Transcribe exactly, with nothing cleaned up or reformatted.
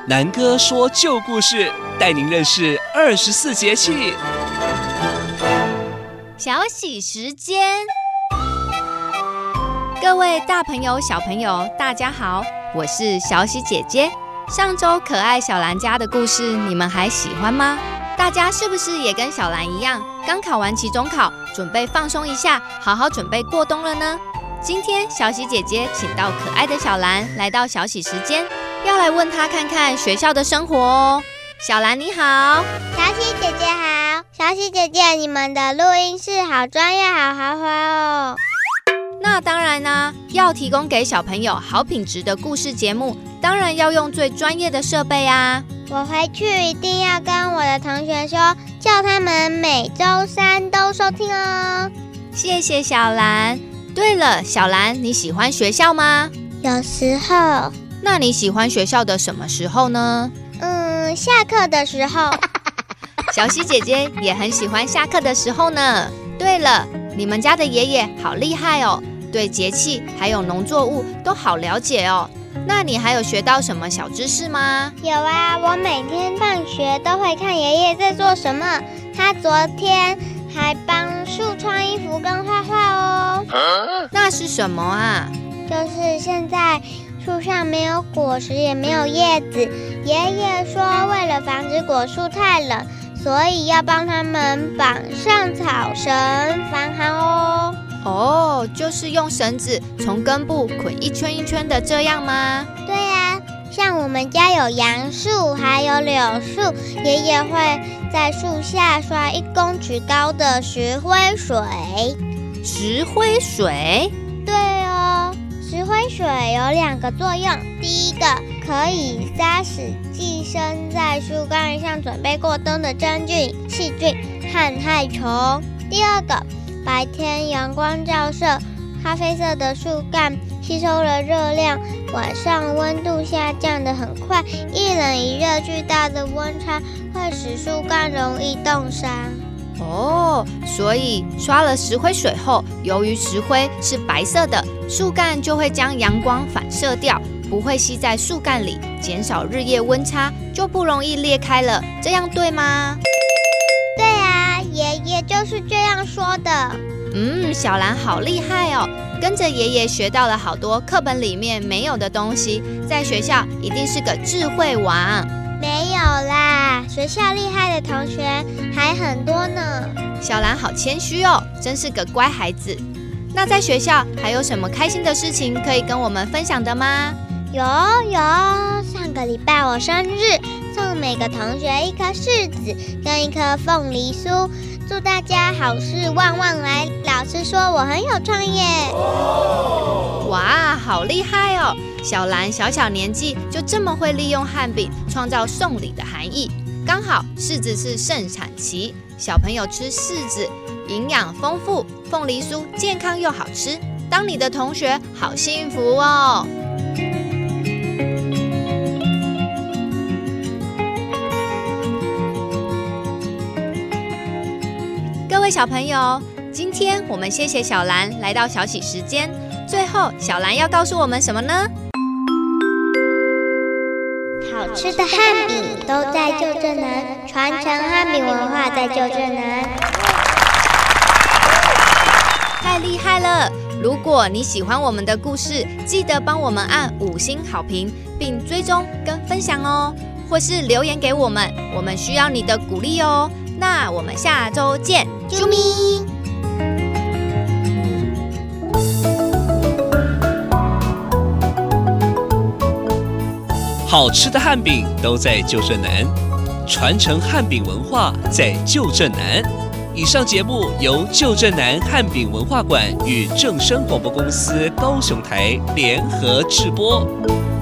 南哥说旧故事，带您认识二十四节气。 小喜时间，各位大朋友、小朋友，大家好，我是小喜姐姐。上周可爱小兰家的故事，你们还喜欢吗？大家是不是也跟小兰一样，刚考完期中考，准备放松一下，好好准备过冬了呢？今天小喜姐姐请到可爱的小兰来到小喜时间，要来问她看看学校的生活哦。小兰你好。 小喜姐姐好。小喜姐姐，你们的录音室好专业，好豪华哦。 那当然啦、啊，要提供给小朋友好品质的故事节目，当然要用最专业的设备啊。 我回去一定要跟我的同学说，叫他们每周三都收听哦。 谢谢小兰。对了，小兰，你喜欢学校吗？ 有时候。 那你喜欢学校的什么时候呢？ 嗯，下课的时候。 小喜姐姐也很喜欢下课的时候呢。对了，你们家的爷爷好厉害哦，对节气还有农作物都好了解哦。那你还有学到什么小知识吗？ 有啊，我每天放学都会看爷爷在做什么。他昨天还帮树穿衣服跟画画哦。 那是什么啊？ 就是现在树上没有果实也没有叶子，爷爷说为了防止果树太冷，所以要帮他们绑上草绳防寒哦。 哦，就是用绳子从根部捆一圈一圈的这样吗？ 对啊，像我们家有杨树还有柳树，爷爷会在树下刷一公尺高的石灰水。 石灰水？ 对哦，石灰水有两个作用，第一个可以杀死寄生在树干上准备过冬的真菌、细菌和害虫，第二个白天阳光照射，咖啡色的树干吸收了热量，晚上温度下降得很快，一冷一热巨大的温差会使树干容易冻伤。 哦，所以刷了石灰水后，由于石灰是白色的，树干就会将阳光反射掉，不会吸在树干里，减少日夜温差，就不容易裂开了，这样对吗？ 对啊，爷爷就是这样说的。 嗯，小兰好厉害哦，跟着爷爷学到了好多课本里面没有的东西，在学校一定是个智慧王。 没有啦，学校厉害的同学还很多呢。 小兰好谦虚哦，真是个乖孩子。那在学校还有什么开心的事情可以跟我们分享的吗？ 有有，上个礼拜我生日，送每个同学一颗柿子跟一颗凤梨酥，祝大家好事旺旺来。老师说我很有创意。 哇，好厉害哦！小兰小小年纪就这么会利用汉饼创造送礼的含义。刚好柿子是盛产期，小朋友吃柿子营养丰富，凤梨酥健康又好吃。当你的同学好幸福哦！各位小朋友，今天我们谢谢小兰来到小喜时间。最后，小兰要告诉我们什么呢？ 好吃的汉饼都在旧镇南，传承汉饼文化在旧镇南。 太厉害了！如果你喜欢我们的故事，记得帮我们按五星好评，并追踪跟分享哦，或是留言给我们，我们需要你的鼓励哦。那我们下周见， 啾咪！ 好吃的汉饼都在旧镇南，传承汉饼文化在旧镇南。以上节目由旧镇南汉饼文化馆与正声广播公司高雄台联合制播。